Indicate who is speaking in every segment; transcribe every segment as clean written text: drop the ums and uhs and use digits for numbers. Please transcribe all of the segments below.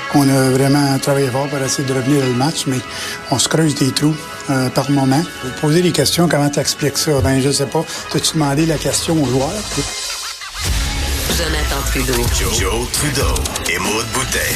Speaker 1: On a vraiment travaillé fort pour essayer de revenir au match, mais on se creuse des trous par moment. Poser des questions, comment tu expliques ça? Ben, je sais pas. T'as-tu demandé la question aux joueurs?
Speaker 2: Jonathan Trudeau.
Speaker 3: Joe Trudeau et Maude Boutet.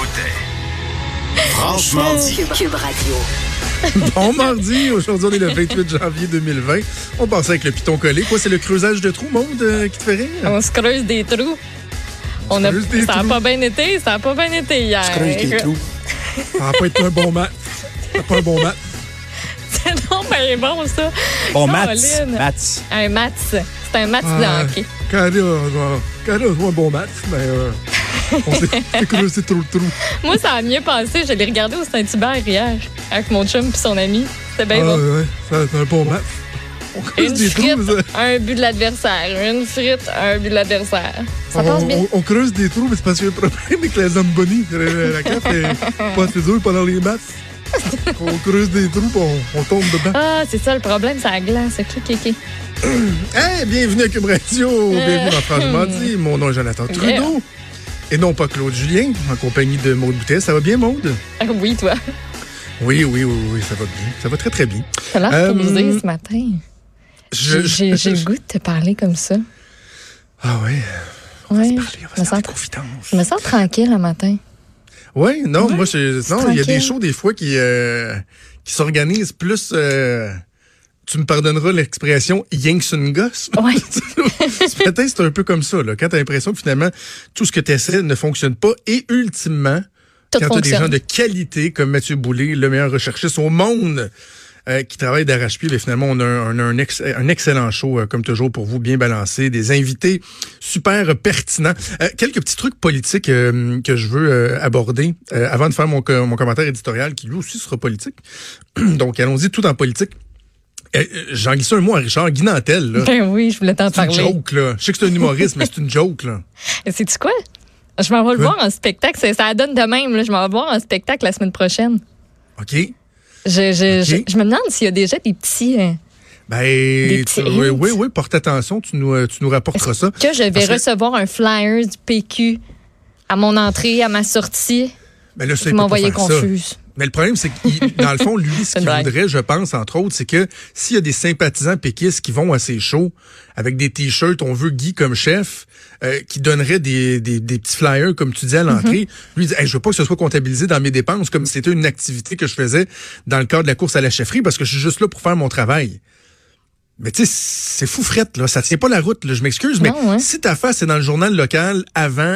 Speaker 3: Franchement dit.
Speaker 2: Cube Radio.
Speaker 4: Bon mardi, aujourd'hui on est le 28 janvier 2020. On passe avec le piton collé. Quoi, c'est le creusage de trous, Maude, qui te fait rire?
Speaker 5: On se creuse des trous. Ça n'a pas bien été, hier.
Speaker 1: On se creuse des trous.
Speaker 4: Ça va pas être un bon match. Pas un bon match.
Speaker 5: C'est non, ben bon, ça.
Speaker 6: Bon,
Speaker 5: Caroline.
Speaker 6: Mats.
Speaker 5: Un match. C'est un match de hockey.
Speaker 4: Quand on a un bon match, mais on s'est creusé trop le trou.
Speaker 5: Moi, ça a mieux passé. Je l'ai regardé au Saint-Hubert hier avec mon chum et son ami. C'était bien bon.
Speaker 4: Ouais, c'est un bon match. On creuse
Speaker 5: Une
Speaker 4: des
Speaker 5: frite,
Speaker 4: trous.
Speaker 5: un but de l'adversaire. Une frite, un but de l'adversaire. Ça passe bien.
Speaker 4: On creuse des trous, mais c'est parce qu'il y a un problème avec la Zamboni. La carte est pas assez dure pendant les matchs. On creuse des trous, on tombe dedans.
Speaker 5: Ah, c'est ça le problème, c'est la glace. Clic.
Speaker 4: Hey, bienvenue à Cube Radio. Bienvenue dans Franchement dit. Mon nom est Jonathan Trudeau. Et non pas Claude Julien, en compagnie de Maude Boutet. Ça va bien, Maude?
Speaker 5: Oui, toi.
Speaker 4: Oui, ça va bien. Ça va très, très bien.
Speaker 5: T'as l'air posé ce matin. J'ai le goût de te parler comme ça.
Speaker 4: Ah ouais? On va se parler de confidence.
Speaker 5: Je me sens tranquille le matin.
Speaker 4: Oui, non, moi, il y a des
Speaker 5: tranquille.
Speaker 4: shows des fois qui s'organisent plus... tu me pardonneras l'expression « Yanks une gosse ».
Speaker 5: Ouais.
Speaker 4: Ce matin, c'est un peu comme ça. Là, quand tu as l'impression que finalement, tout ce que tu essaies ne fonctionne pas. Et ultimement,
Speaker 5: Tout
Speaker 4: quand tu as des
Speaker 5: fonctionne.
Speaker 4: gens de qualité comme Mathieu Boulay, le meilleur recherchiste au monde, qui travaille d'arrache-pied, mais finalement, on a un excellent show, comme toujours, pour vous, bien balancé. Des invités super pertinents. Quelques petits trucs politiques que je veux aborder avant de faire mon commentaire éditorial, qui lui aussi sera politique. Donc, allons-y tout en politique. J'en glisse un mot à Richard. Guy Nantel, là.
Speaker 5: Ben oui, je voulais t'en
Speaker 4: C'est une
Speaker 5: parler.
Speaker 4: joke, là. Je sais que c'est un humoriste, mais c'est une joke, là.
Speaker 5: Et sais-tu quoi? Je m'en vais le voir en spectacle. Ça donne de même. Là. Je m'en vais le voir en spectacle la semaine prochaine.
Speaker 4: OK?
Speaker 5: Je me demande s'il y a déjà des petits... petits
Speaker 4: oui, porte attention, tu nous rapporteras ça.
Speaker 5: Que je vais
Speaker 4: Parce que-
Speaker 5: recevoir un flyer du PQ à mon entrée, à ma sortie.
Speaker 4: Ben là, ça,
Speaker 5: Vous
Speaker 4: il peut pas
Speaker 5: m'envoyez
Speaker 4: faire ça.
Speaker 5: confuse.
Speaker 4: Mais le problème, c'est que, dans le fond, lui, ce
Speaker 5: C'est une
Speaker 4: qu'il
Speaker 5: blague.
Speaker 4: voudrait, je pense, entre autres, c'est que s'il y a des sympathisants péquistes qui vont à ces shows avec des t-shirts, on veut Guy comme chef, qui donnerait des petits flyers, comme tu dis, à l'entrée, lui, il dit, hey, je veux pas que ce soit comptabilisé dans mes dépenses, comme si c'était une activité que je faisais dans le cadre de la course à la chefferie, parce que je suis juste là pour faire mon travail. Mais tu sais, c'est fou frette, là. Ça tient pas la route, là. Je m'excuse, mais
Speaker 5: Non, hein.
Speaker 4: si ta face est dans le journal local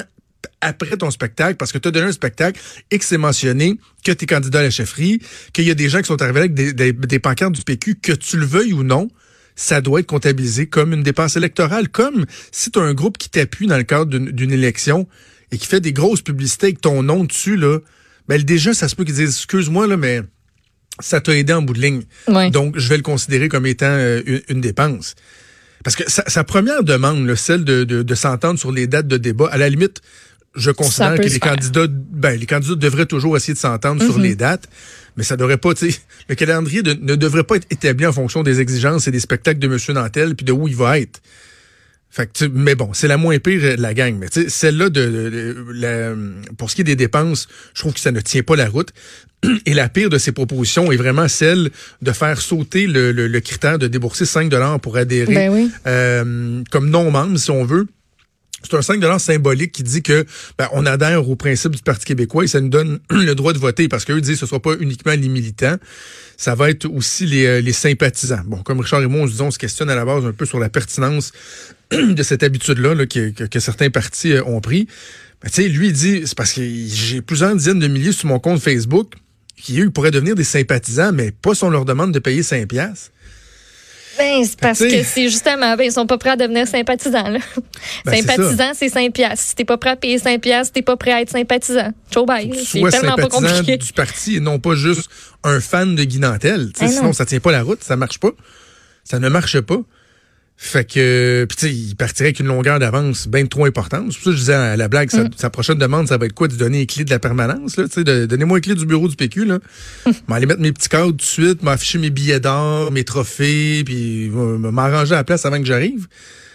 Speaker 4: après ton spectacle, parce que tu as donné un spectacle et que c'est mentionné que tu es candidat à la chefferie, qu'il y a des gens qui sont arrivés avec des pancartes du PQ, que tu le veuilles ou non, ça doit être comptabilisé comme une dépense électorale. Comme si tu as un groupe qui t'appuie dans le cadre d'une élection et qui fait des grosses publicités avec ton nom dessus, là, ben déjà, ça se peut qu'ils disent, excuse-moi, là, mais ça t'a aidé en bout de ligne.
Speaker 5: Ouais.
Speaker 4: Donc, je vais le considérer comme étant une dépense. Parce que sa première demande, là, celle de s'entendre sur les dates de débat, à la limite, je considère
Speaker 5: peut
Speaker 4: que
Speaker 5: se
Speaker 4: les
Speaker 5: faire.
Speaker 4: candidats devraient toujours essayer de s'entendre sur les dates, mais ça devrait pas, tu sais, le calendrier ne devrait pas être établi en fonction des exigences et des spectacles de M. Nantel puis de où il va être. Fait que, mais bon, c'est la moins pire de la gang. Mais tu sais, celle-là, pour ce qui est des dépenses, je trouve que ça ne tient pas la route. Et la pire de ces propositions est vraiment celle de faire sauter le critère de débourser 5 $ pour adhérer
Speaker 5: Ben oui.
Speaker 4: comme non-membre, si on veut. C'est un 5 $ symbolique qui dit que on adhère au principe du Parti québécois et ça nous donne le droit de voter parce qu'eux disent que ce ne sera pas uniquement les militants, ça va être aussi les sympathisants. Bon, comme Richard et moi, on se questionne à la base un peu sur la pertinence de cette habitude-là là, que certains partis ont pris. Ben, tu sais, lui, il dit, c'est parce que j'ai plusieurs dizaines de milliers sur mon compte Facebook qui, eux, pourraient devenir des sympathisants, mais pas si on leur demande de payer 5 $.
Speaker 5: Ben, c'est parce
Speaker 4: T'sais.
Speaker 5: que c'est justement, ils sont pas prêts à devenir sympathisants, là.
Speaker 4: Ben, c'est
Speaker 5: sympathisant, c'est 5 $. Si t'es pas prêt à payer 5 $, t'es pas prêt à être sympathisant. Ciao, bye. C'est
Speaker 4: Soit
Speaker 5: tellement pas
Speaker 4: sympathisant
Speaker 5: compliqué.
Speaker 4: du parti et non pas juste un fan de Guy Nantel.
Speaker 5: Ah non.
Speaker 4: Sinon, ça tient pas la route, ça marche pas. Ça ne marche pas. Fait que, puis tu sais, il partirait avec une longueur d'avance bien trop importante. C'est pour ça que je disais à la blague, sa prochaine demande, ça va être quoi? De donner les clés de la permanence, là, tu sais, donnez-moi les clés du bureau du PQ, là. M'aller mettre mes petits cadres tout de suite, m'afficher mes billets d'or, mes trophées, puis m'arranger à la place avant que j'arrive.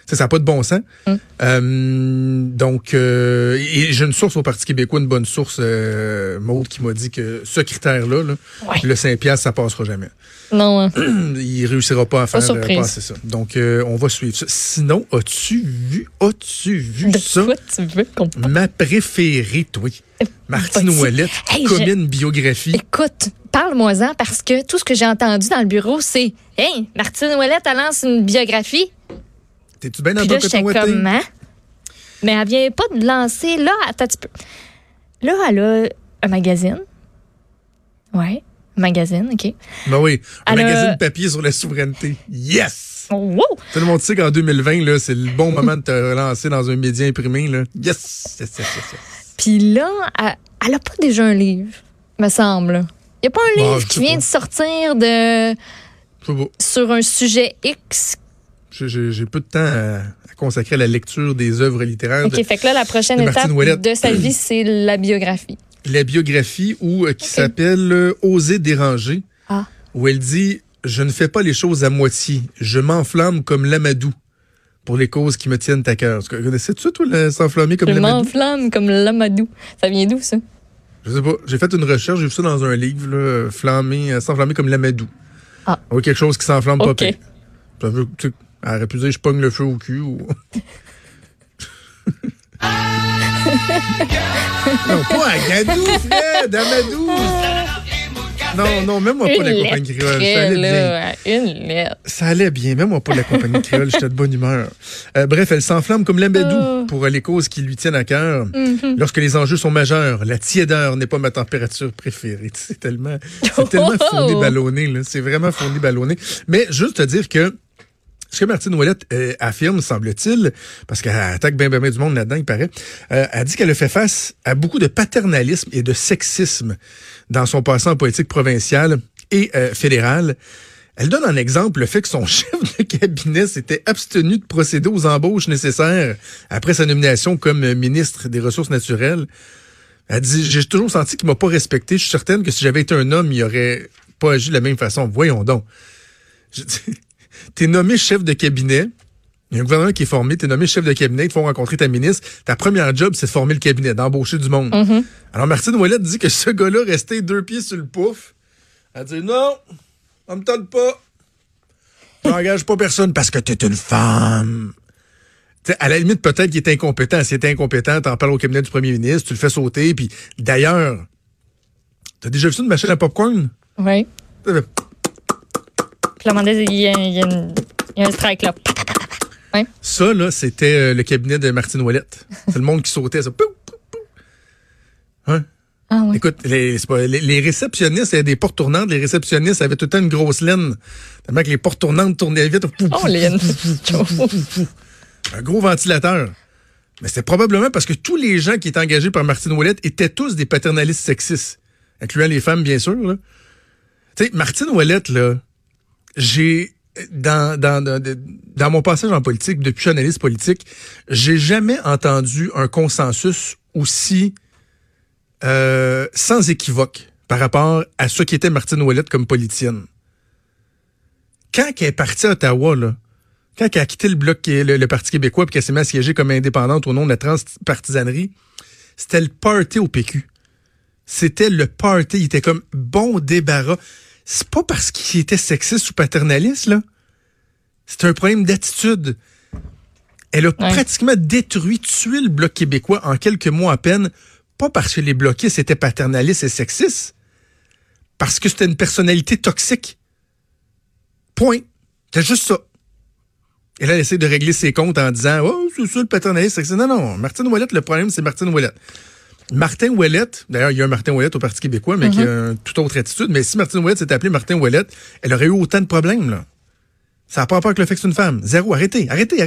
Speaker 4: Ça n'a pas de bon sens. Donc, et j'ai une source au Parti québécois, une bonne source, Maude, qui m'a dit que ce critère-là, le 5$, ça passera jamais.
Speaker 5: Non. Hein.
Speaker 4: Il réussira pas à faire passer ça. Donc, on va suivre ça. Sinon, as-tu vu
Speaker 5: de
Speaker 4: ça?
Speaker 5: quoi tu veux qu'on parle?
Speaker 4: Ma préférée, toi. Martine Ouellette, commet une biographie.
Speaker 5: Écoute, parle-moi-en, parce que tout ce que j'ai entendu dans le bureau, c'est « Hey, Martine Ouellette, elle lance une biographie. »
Speaker 4: T'es-tu bien dans
Speaker 5: Puis
Speaker 4: ton
Speaker 5: là, j'étais
Speaker 4: coton ouaté?
Speaker 5: comment? Mais elle vient pas de lancer... Là, attends un petit peu. Là, elle a un magazine. Ouais, un magazine, OK.
Speaker 4: Ben oui, un
Speaker 5: Elle
Speaker 4: magazine papier sur la souveraineté. Yes!
Speaker 5: Wow!
Speaker 4: Tout le monde sait qu'en 2020, là, c'est le bon moment de te relancer dans un média imprimé. Là. Yes!
Speaker 5: Puis là, elle a pas déjà un livre, me semble. Il n'y a pas un livre qui vient de sortir sur un sujet X.
Speaker 4: J'ai peu de temps à consacrer à la lecture des œuvres littéraires.
Speaker 5: OK, fait que là, la prochaine étape de sa vie, c'est la biographie. La
Speaker 4: biographie qui s'appelle « Oser déranger », où elle dit « Je ne fais pas les choses à moitié. Je m'enflamme comme l'amadou pour les causes qui me tiennent à cœur. » Connaissais-tu ça, toi, s'enflammer comme l'amadou? Je
Speaker 5: m'enflamme comme l'amadou. Ça vient d'où, ça?
Speaker 4: Je sais pas. J'ai fait une recherche, j'ai vu ça dans un livre, là, s'enflammer comme l'amadou. Quelque chose qui s'enflamme pas pire. Ça veut, tu sais, elle aurait pu dire je pogne le feu au cul ou... Non, pas à Gadou, Fred, Amadou. Non, même-moi pas la compagnie créole. Ça allait bien.
Speaker 5: Une lettre.
Speaker 4: Ça allait bien, même moi pas la compagnie créole, j'étais de bonne humeur. Bref, elle s'enflamme comme l'amadou pour les causes qui lui tiennent à cœur. Lorsque les enjeux sont majeurs, la tiédeur n'est pas ma température préférée. C'est tellement fourni ballonné, là. C'est vraiment fourni ballonné. Mais juste te dire que ce que Martine Ouellette affirme, semble-t-il, parce qu'elle attaque bien du monde là-dedans, il paraît, elle dit qu'elle a fait face à beaucoup de paternalisme et de sexisme dans son passé en politique provinciale et fédérale. Elle donne en exemple le fait que son chef de cabinet s'était abstenu de procéder aux embauches nécessaires après sa nomination comme ministre des Ressources naturelles. Elle dit « J'ai toujours senti qu'il m'a pas respecté. Je suis certaine que si j'avais été un homme, il aurait pas agi de la même façon. » Voyons donc. T'es nommé chef de cabinet, il y a un gouvernement qui est formé, t'es nommé chef de cabinet, ils te font rencontrer ta ministre, ta première job, c'est de former le cabinet, d'embaucher du monde. Alors Martine Ouellette dit que ce gars-là restait 2 pieds sur le pouf. Elle dit non, on me tente pas. J'engage pas personne parce que t'es une femme. T'sais, à la limite, peut-être qu'il est incompétent. S'il est incompétent, t'en parles au cabinet du premier ministre, tu le fais sauter, puis d'ailleurs, t'as déjà vu ça, une machine à popcorn?
Speaker 5: Oui. Puis là, il y a un strike là. Ouais.
Speaker 4: Ça, là, c'était le cabinet de Martine Ouellette. C'est le monde qui sautait, ça. Hein?
Speaker 5: Ah ouais.
Speaker 4: Écoute, les réceptionnistes, il y a des portes tournantes. Les réceptionnistes avaient tout le temps une grosse laine. Tellement que les portes tournantes tournaient vite.
Speaker 5: Laine.
Speaker 4: Un gros ventilateur. Mais c'est probablement parce que tous les gens qui étaient engagés par Martine Ouellette étaient tous des paternalistes sexistes. Incluant les femmes, bien sûr, là. Tu sais, Martine Ouellette, là, j'ai dans mon passage en politique, depuis que je suis analyste politique, j'ai jamais entendu un consensus aussi sans équivoque par rapport à ce qu'était Martine Ouellette comme politicienne. Quand elle est partie à Ottawa, là, quand elle a quitté le bloc, le Parti québécois, puis qu'elle s'est mise à siéger comme indépendante au nom de la transpartisanerie, c'était le party au PQ. C'était le party. Il était comme bon débarras. C'est pas parce qu'il était sexiste ou paternaliste, là. C'est un problème d'attitude. Elle a pratiquement tué le Bloc québécois en quelques mois à peine, pas parce que les bloquistes étaient paternalistes et sexistes, parce que c'était une personnalité toxique. Point. C'est juste ça. Et là, elle essaie de régler ses comptes en disant « Oh, c'est ça le paternaliste sexiste. » Non, Martine Ouellette, le problème, c'est Martine Ouellette. Martin Ouellette, d'ailleurs, il y a un Martin Ouellette au Parti québécois, mais qui a une toute autre attitude. Mais si Martine Ouellette s'était appelée Martin Ouellette, elle aurait eu autant de problèmes, là. Ça n'a pas rapport avec le fait que c'est une femme. Zéro. Arrêtez.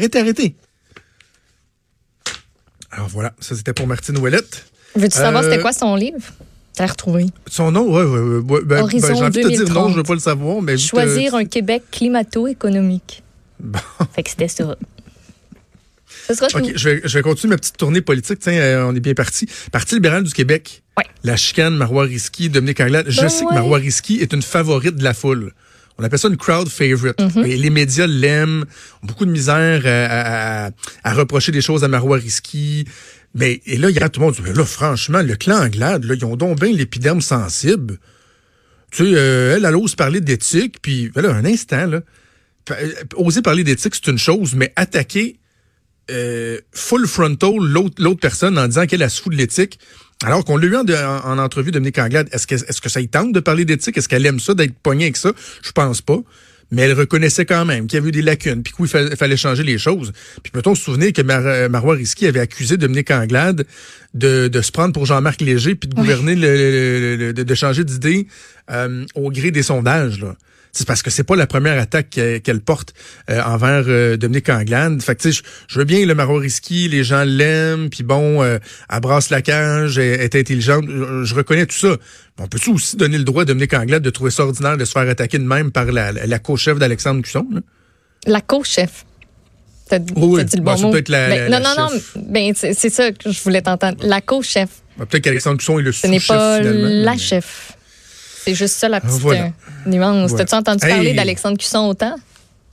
Speaker 4: Alors voilà, ça c'était pour Martine Ouellette.
Speaker 5: Veux-tu savoir c'était quoi son livre? T'as retrouvé.
Speaker 4: Son nom, ouais.
Speaker 5: Horizon
Speaker 4: j'ai envie
Speaker 5: 2030.
Speaker 4: de te dire non, je veux pas le savoir. Mais
Speaker 5: Choisir un Québec climato-économique.
Speaker 4: Bon.
Speaker 5: Fait que c'était ça. Ce sera tout.
Speaker 4: OK, je vais continuer ma petite tournée politique. Tiens, on est bien parti. Parti libéral du Québec.
Speaker 5: Ouais.
Speaker 4: La chicane, Marois Risky, Dominique Anglade. Je sais que Marois Risky est une favorite de la foule. On appelle ça une crowd favorite. Et les médias l'aiment, ont beaucoup de misère à reprocher des choses à Marois Risky. Mais, et là, hier, tout le monde dit, mais là, franchement, le clan Anglade, là, ils ont donc bien l'épiderme sensible. Tu sais, elle ose parler d'éthique, puis là, un instant, là, oser parler d'éthique, c'est une chose, mais attaquer full frontal l'autre personne en disant qu'elle se fout de l'éthique, alors qu'on l'a eu en entrevue, Dominique Anglade, est-ce que ça y tente de parler d'éthique? Est-ce qu'elle aime ça, d'être pognée avec ça? Je pense pas. Mais elle reconnaissait quand même qu'il y avait eu des lacunes, puis qu'il fallait changer les choses. Puis peut-on se souvenir que Marois Risky avait accusé Dominique Anglade de se prendre pour Jean-Marc Léger, puis de gouverner, de changer d'idée au gré des sondages, là. C'est parce que c'est pas la première attaque qu'elle porte envers Dominique Anglade. Fait que tu sais, je veux bien le Marois Risky, les gens l'aiment, puis bon, elle brasse la cage, elle est intelligente, je reconnais tout ça. On peut-tu aussi donner le droit à Dominique Anglade de trouver ça ordinaire de se faire attaquer de même par la co-chef d'Alexandre Cusson, là? La
Speaker 5: co-chef. T'as dit le bon mot. Peut-être non, ben c'est ça que je voulais t'entendre. La co-chef.
Speaker 4: Peut-être qu'Alexandre Cusson est le sous-chef,
Speaker 5: finalement. Ce n'est pas la
Speaker 4: mais...
Speaker 5: chef. C'est juste ça, la petite nuance. Voilà. T'as-tu entendu parler d'Alexandre Cusson autant?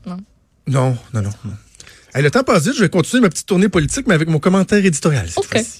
Speaker 4: Non. Hey, le temps passe vite. Je vais continuer ma petite tournée politique, mais avec mon commentaire éditorial.
Speaker 5: OK.